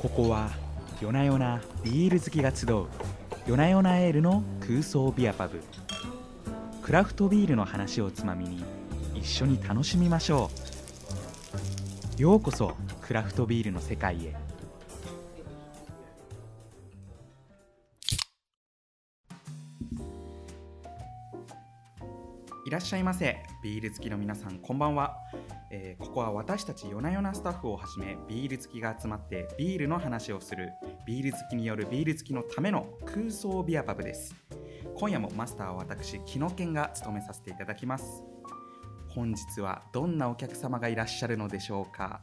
ここは夜な夜なビール好きが集う夜な夜なエールの空想ビアパブ。クラフトビールの話をつまみに一緒に楽しみましょう。ようこそクラフトビールの世界へ。いらっしゃいませ。ビール好きの皆さん、こんばんは。ここは私たち夜な夜なスタッフをはじめビール好きが集まってビールの話をする、ビール好きによるビール好きのための空想ビアパブです。今夜もマスターは私木野健が務めさせていただきます。本日はどんなお客様がいらっしゃるのでしょうか。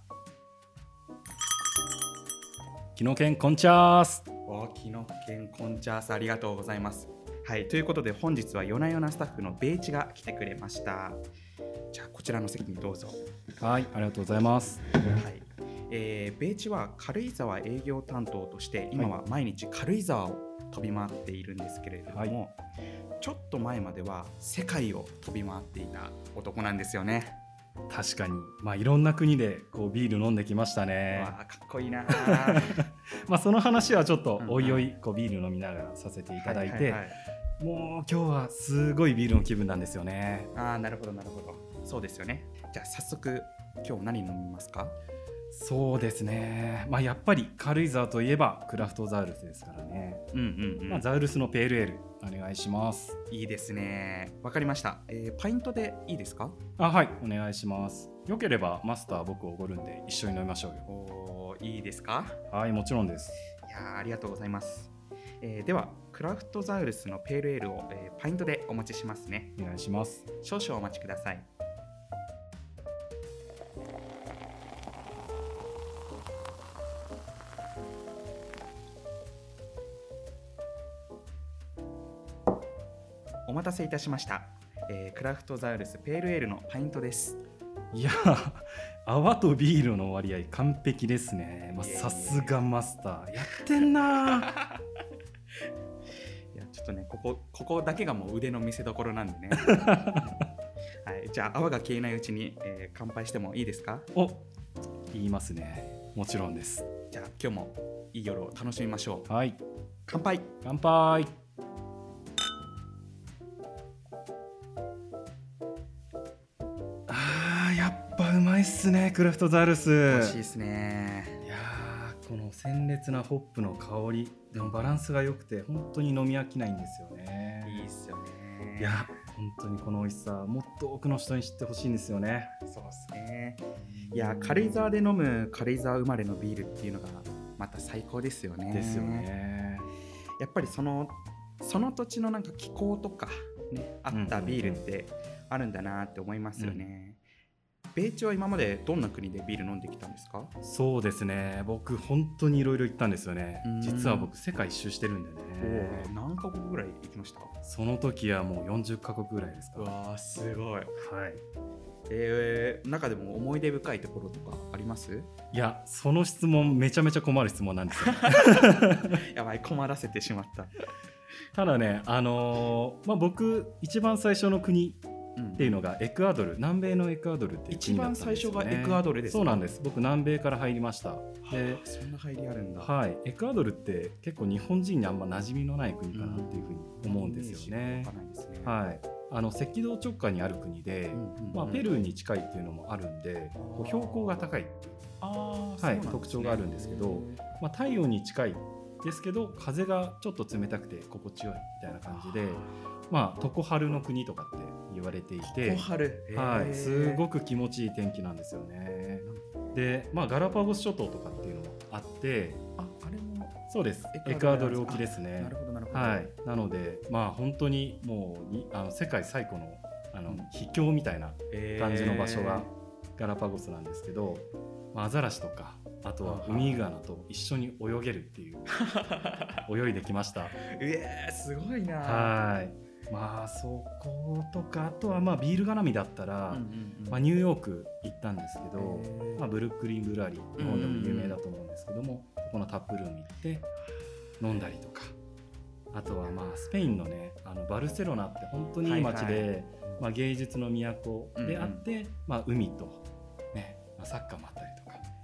木野健こんちゃーす。 木野健こんちゃーす、ありがとうございます。はい、ということで本日は夜な夜なスタッフのベイチが来てくれました。じゃあこちらの席にどうぞ。 はい、ありがとうございます。 はい、ベイチは軽井沢営業担当として今は毎日軽井沢を飛び回っているんですけれども、はい、ちょっと前までは世界を飛び回っていた男なんですよね。 確かに、いろんな国でこうビール飲んできましたね。 わかっこいいなその話はちょっとおいおいこうビール飲みながらさせていただいて、もう今日はすごいビールの気分なんですよね。 なるほどなるほど、そうですよね。じゃあ早速今日何飲みますか？ そうですね、やっぱり軽井沢といえばクラフトザウルスですからね。ザウルスのペールエールお願いします。 いいですね、わかりました。パイントでいいですか？ はい、お願いします。よければマスター僕おごるんで一緒に飲みましょうよ。 いいですか？ はい、もちろんです。 いや、ありがとうございます。ではクラフトザウルスのペールエールを、パイントでお持ちしますね。 お願いします。 少々お待ちください。お待たせいたしました。クラフトザウルスペールエールのパイントです。 いや、泡とビールの割合完璧ですね。さすがマスターやってんないやちょっとね、ここだけがもう腕の見せ所なんでねはい、じゃあ泡が消えないうちに、乾杯してもいいですか？ 言いますね。もちろんです。 じゃあ今日もいい夜を楽しみましょう。 はい、 乾杯。 乾杯。やっぱうまいっすね、クラフトザウルス。 美味しいですね。 いやこの鮮烈なホップの香りでもバランスが良くて本当に飲み飽きないんですよね。 いいっすよね。 いや本当にこの美味しさもっと多くの人に知ってほしいんですよね。 そうですね。いや軽井沢で飲む軽井沢生まれのビールっていうのがまた最高ですよね。 ですよね。 やっぱりその土地のなんか気候とかね、あったビールってあるんだなって思いますよね。ベイチは今までどんな国でビール飲んできたんですか？ そうですね、僕本当にいろいろ行ったんですよね。実は僕世界一周してるんでね。 何カ国ぐらい行きました？ その時はもう40カ国ぐらいですか。 うわーすごい。 はい。 中でも思い出深いところとかあります？ いや、その質問めちゃめちゃ困る質問なんですよやばい、困らせてしまった。 ただね、僕一番最初の国っていうのがエクアドル、南米のエクアドルっていう国だったんですよね。 一番最初がエクアドルですか？ そうなんです。僕南米から入りました。で、 そんな入りあるんだ。 はい、エクアドルって結構日本人にあんま馴染みのない国かなっていうふうに思うんですよね。はい、赤道直下にある国で、ペルーに近いっていうのもあるんで、こう標高が高いっていう、特徴があるんですけど、太陽に近いですけど風がちょっと冷たくて心地よいみたいな感じで、常春の国とかって言われていて、すごく気持ちいい天気なんですよね。で、ガラパゴス諸島とかっていうのもあって、 あれもそうです、エクアドル沖ですね。 なるほどなるほど。 なので本当にもう世界最古の秘境みたいな感じの場所がガラパゴスなんですけど、アザラシとかあとはウミイグアナと一緒に泳げるっていう泳いできました。 すごいな。 はい。そことか、あとはビール絡みだったら、ニューヨーク行ったんですけど、ブルックリンブルアリー、日本でも有名だと思うんですけども、ここのタップルーム行って飲んだりとか、あとはスペインのね、バルセロナって本当にいい街で、芸術の都であって、海と、ね、サッカーもあったりとか。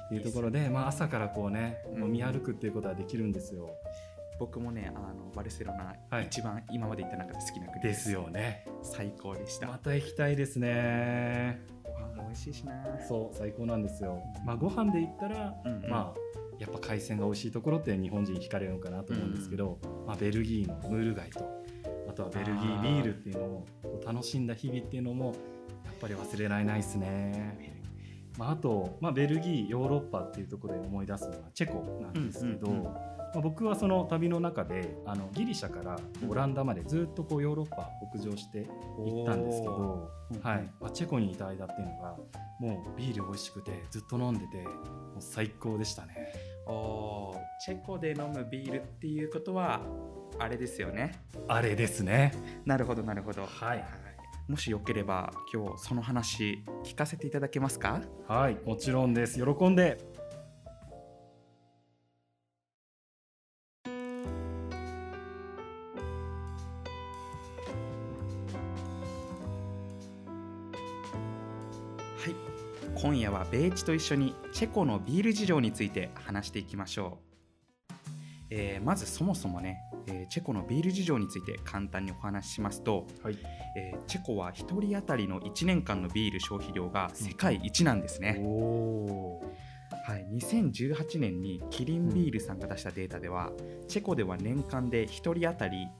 っていうところで、まあ、朝からこうね飲み歩くっていうことはできるんですよ。 僕もねバルセロナ、一番今まで行った中で好きな国ですよね。 最高でした。 また行きたいですね。 ご飯も美味しいしな。 そう最高なんですよ。まあ、ご飯で言ったら、まあやっぱ海鮮が美味しいところって日本人惹かれるのかなと思うんですけど、まあ、ベルギーのムール貝とあとはベルギービールっていうのを楽しんだ日々っていうのもやっぱり忘れられないですね。まあ、あと、まあ、ベルギーヨーロッパっていうところで思い出すのはチェコなんですけど、まあ、僕はその旅の中でギリシャからオランダまでずっとこうヨーロッパ北上して行ったんですけど、はいまあ、チェコにいた間っていうのがもうビール美味しくてずっと飲んでてもう最高でしたね。 チェコで飲むビールっていうことはあれですよね。 あれですね。 なるほどなるほど。 はい、 もしよければ今日その話聞かせていただけますか？ はい、もちろんです。喜んで。 はい、今夜はベイチと一緒にチェコのビール事情について話していきましょう。まずそもそもね、チェコのビール事情について簡単にお話ししますと、チェコは1人当たりの1年間のビール消費量が世界一なんですね。はい、2018年にキリンビールさんが出したデータでは、チェコでは年間で1人当たり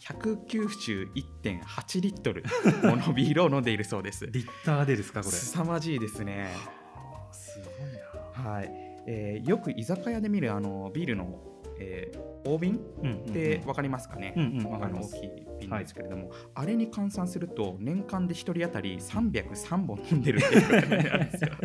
191.8 リットルものビールを飲んでいるそうです。 リッターでですかこれ？ 凄まじいですね。 すごいな。 はい、よく居酒屋で見るビールの大瓶って分かりますかね？大きい瓶ですけれども、あれに換算すると年間で1人当たり303本飲んでるっていうことなんですよ。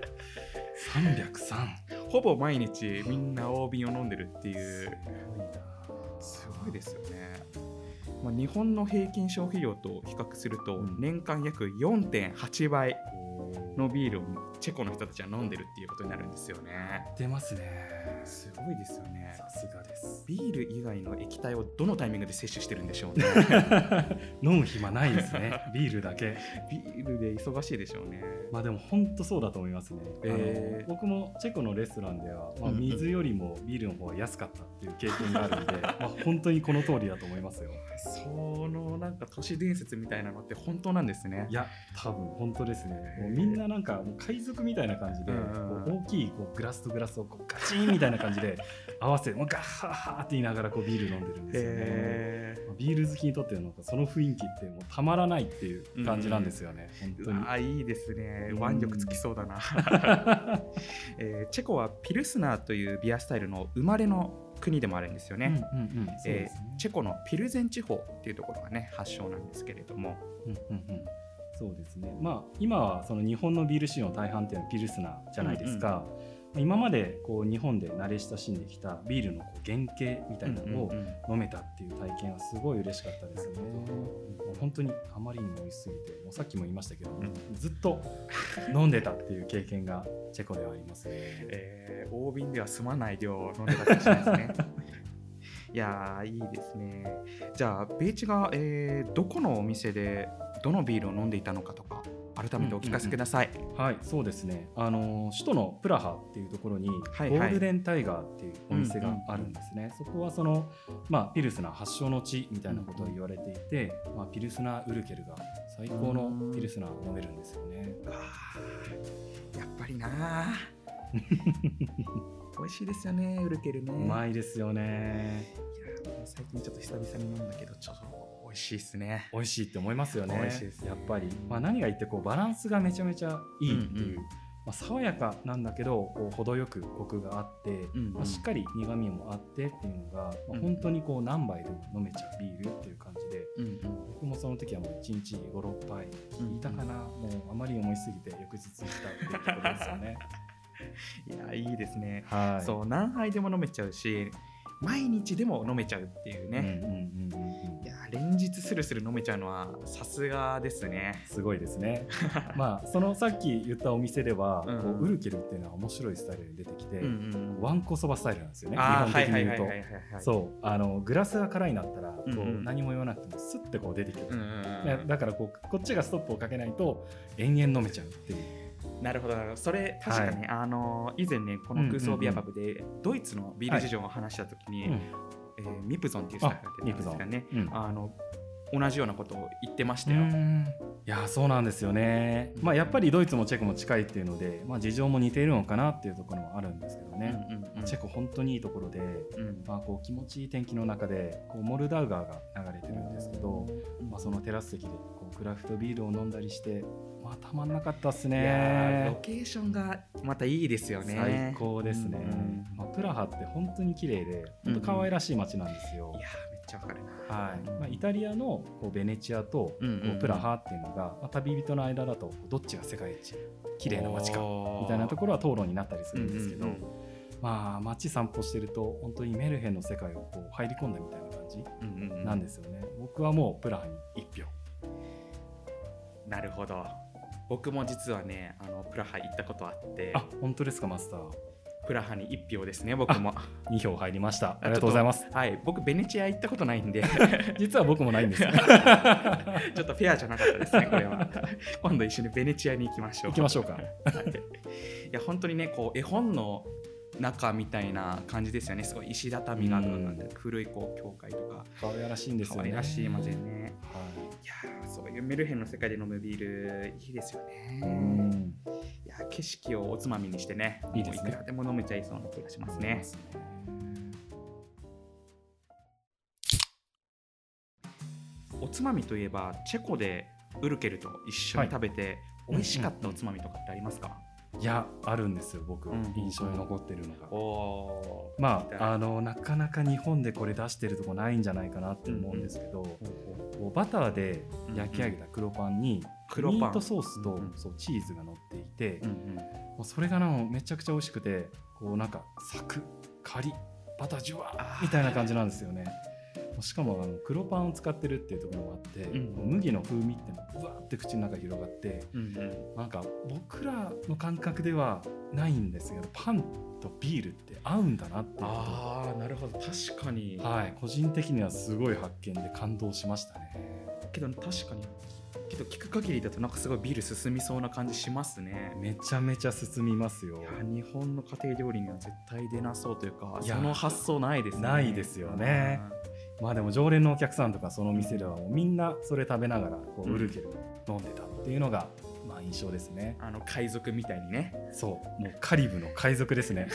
303。 ほぼ毎日みんな大瓶を飲んでるっていう。すごいですよね。まあ、日本の平均消費量と比較すると年間約 4.8 倍のビールをチェコの人たちは飲んでるっていうことになるんですよね。 出ますね。 すごいですよね。 さすがです。 ビール以外の液体をどのタイミングで摂取してるんでしょうね。 飲む暇ないですね。ビールだけ。 ビールで忙しいでしょうね。 まあでも本当そうだと思いますね。僕もチェコのレストランでは、まあ、水よりもビールの方が安かったっていう経験があるんで、まあ本当にこの通りだと思いますよ。 そのなんか都市伝説みたいなのって本当なんですね。 いや多分本当ですね。もうみんななんかもう海賊みたいな感じで、大きいこうグラスとグラスをこうガチンみたいな感じで合わせてもうガッハッハーって言いながらこうビール飲んでるんですよね。ビール好きにとってのその雰囲気ってもうたまらないっていう感じなんですよね。本当に。 いいですね。腕力つきそうだな。チェコはピルスナーというビアスタイルの生まれの国でもあるんですよね。チェコのピルゼン地方っていうところがね発祥なんですけれども、 そうですね。まあ今はその日本のビール市場の大半っていうのはピルスナーじゃないですか。今までこう日本で慣れ親しんできたビールのこう原型みたいなのを飲めたっていう体験はすごい嬉しかったですね。もう本当にあまりにも美味しすぎて、もうさっきも言いましたけど、ずっと飲んでたっていう経験がチェコではありますね。 大瓶では済まない量を飲んでたかもしれないですね。いやーいいですね。じゃあベイチが、どこのお店でどのビールを飲んでいたのかとか改めてお聞かせください。 はい、そうですね。首都のプラハっていうところにゴールデンタイガーっていうお店があるんですね。そこはその、ピルスナー発祥の地みたいなことを言われていて、ピルスナーウルケルが最高のピルスナーを飲めるんですよね。 やっぱりな美味しいですよね、ウルケルね。 うまいですよね。 いや最近ちょっと久々に飲んだけどちょっと美味しいですね。 美味しいって思いますよね。 美味しいです、 やっぱり、何が言ってこうバランスがめちゃめちゃいいっていう、爽やかなんだけどこう程よくコクがあって、しっかり苦味もあってっていうのが、本当にこう何杯でも飲めちゃうビールっていう感じで、僕もその時はもう1日 5,6 杯いたかな、もうあまりに思いすぎて翌日行ったっていうところですよね。 いやいいですね、 そう何杯でも飲めちゃうし毎日でも飲めちゃうっていうね。いや連日スルスル飲めちゃうのはさすがですね。 すごいですね。そのさっき言ったお店では、こうウルケルっていうのは面白いスタイルで出てきて、わんこそばスタイルなんですよね。日本的に言うとそうグラスが空になったらこう何も言わなくてもスッてこう出てくる、だからこっちがストップをかけないと延々飲めちゃうっていうなるほどそれ確かに、以前ねこの空想ビアパブでドイツのビール事情を話したときに、ミプゾンっていうスタッフがやってたんですがね、同じようなことを言ってましたよ。 いやそうなんですよね、やっぱりドイツもチェコも近いっていうので、事情も似ているのかなっていうところもあるんですけどね、チェコ本当にいいところで、こう気持ちいい天気の中でこうモルダウ川が流れてるんですけど、そのテラス席でこうクラフトビールを飲んだりして、たまんなかったっすね。 いやロケーションがまたいいですよね。 最高ですね。プラハって本当に綺麗で本当可愛らしい街なんですよ。 いやめっちゃわかるな。 イタリアのこうベネチアとこうプラハっていうのが、旅人の間だとどっちが世界一綺麗な街かみたいなところは討論になったりするんですけど、街散歩してると本当にメルヘンの世界をこう入り込んだみたいな感じなんですよね。僕はもうプラハに1票。 なるほど。僕も実はねプラハ行ったことあって。 本当ですかマスター。 プラハに1票ですね。僕も 2票入りました。ありがとうございます。 僕ベネチア行ったことないんで実は僕もないんですよちょっとフェアじゃなかったですねこれは今度一緒にベネチアに行きましょう。 行きましょうか。 いや本当にねこう絵本の中みたいな感じですよね。すごい石畳が古いこう教会とか可愛らしいんですよね。 可愛らしいマジでね。いやそういうメルヘンの世界で飲むビールいいですよね。いや景色をおつまみにしてね、いいですね。いくらでも飲めちゃいそうな気がしますね。おつまみといえばチェコでウルケルと一緒に食べて美味しかったおつまみとかってありますか？ いやあるんですよ僕、印象に残ってるのが。なかなか日本でこれ出してるとこないんじゃないかなって思うんですけど、バターで焼き上げた黒パンにミートソースとチーズが乗っていて、それがめちゃくちゃ美味しくて、こうなんかサクカリバタージュワーみたいな感じなんですよね。しかも黒パンを使ってるっていうところもあって、麦の風味ってブワーって口の中広がって、なんか僕らの感覚ではないんですけど、パンとビールって合うんだなっていうこと。 なるほど確かに。 個人的にはすごい発見で感動しましたね。 けど確かに聞く限りだとなんかすごいビール進みそうな感じしますね。 めちゃめちゃ進みますよ。 日本の家庭料理には絶対出なそうというか、その発想ないですね。 ないですよね。でも常連のお客さんとかその店ではもうみんなそれ食べながらこうウルケルを飲んでたっていうのが印象ですね。 海賊みたいにね。 そうもうカリブの海賊ですね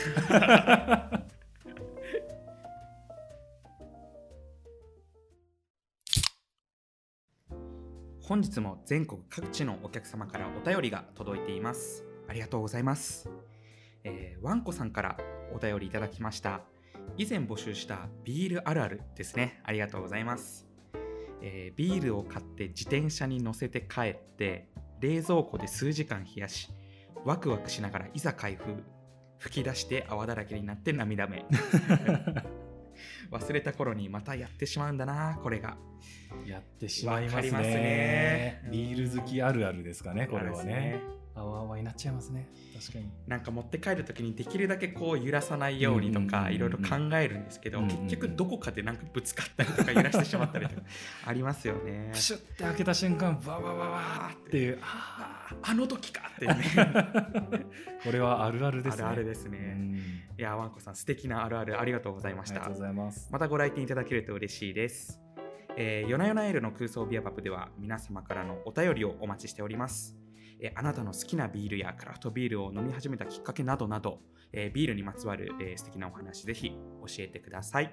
本日も全国各地のお客様からお便りが届いています。ありがとうございます。ワンコさんからお便りいただきました。以前募集したビールあるあるですね。ありがとうございます。ビールを買って自転車に乗せて帰って冷蔵庫で数時間冷やし、ワクワクしながらいざ開封、吹き出して泡だらけになって涙目忘れた頃にまたやってしまうんだな。これがやってしまいますね。ビール好きあるあるですかねこれはね。あわあわになっちゃいますね。確かになんか持って帰るときにできるだけこう揺らさないようにとかいろいろ考えるんですけど、結局どこかでなんかぶつかったりとか揺らしてしまったりとかありますよね。 プシュって開けた瞬間ババババっていうあの時かってねこれはあるあるですね。 あるあるですね。いやワンコさん素敵なあるあるありがとうございました。 ありがとうございます。 またご来店いただけると嬉しいです。夜な夜なエールの空想ビアパブでは皆様からのお便りをお待ちしております。あなたの好きなビールやクラフトビールを飲み始めたきっかけなどなど、ビールにまつわる、素敵なお話ぜひ教えてください。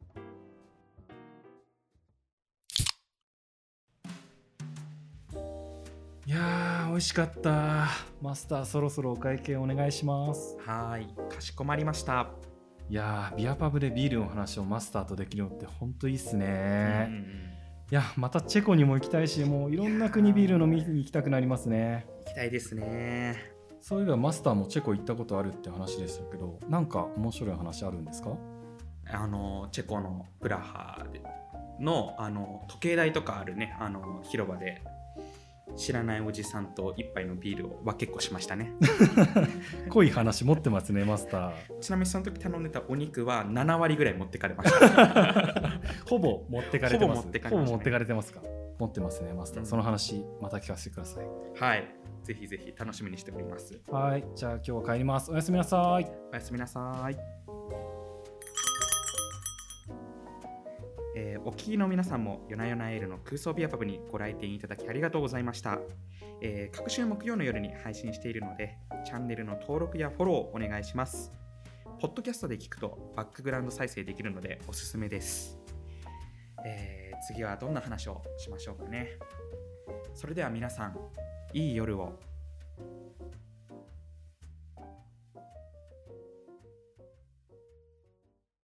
いやー美味しかった。マスターそろそろお会計お願いします。 はいかしこまりました。 いやービアパブでビールの話をマスターとできるのって本当いいっすね。いやまたチェコにも行きたいし、もういろんな国ビール飲みに行きたくなりますね。 行きたいですね。 そういえばマスターもチェコ行ったことあるって話でしたけど、なんか面白い話あるんですか？ チェコのプラハの時計台とかあるね広場で知らないおじさんと一杯のビールを分けっこしましたね濃い話持ってますねマスター。 ちなみにその時頼んでたお肉は7割ぐらい持ってかれましたほぼ持ってかれてます。 ほぼ持ってかれてますか？ 持ってますねマスター、その話また聞かせてください。 はいぜひぜひ楽しみにしております。 はい、じゃあ今日は帰ります。おやすみなさい。 おやすみなさい。お聞きの皆さんも夜な夜なエールの空想ビアパブにご来店いただきありがとうございました。各週木曜の夜に配信しているので、チャンネルの登録やフォローをお願いします。ポッドキャストで聞くとバックグラウンド再生できるのでおすすめです。次はどんな話をしましょうかね。それでは皆さん、いい夜を。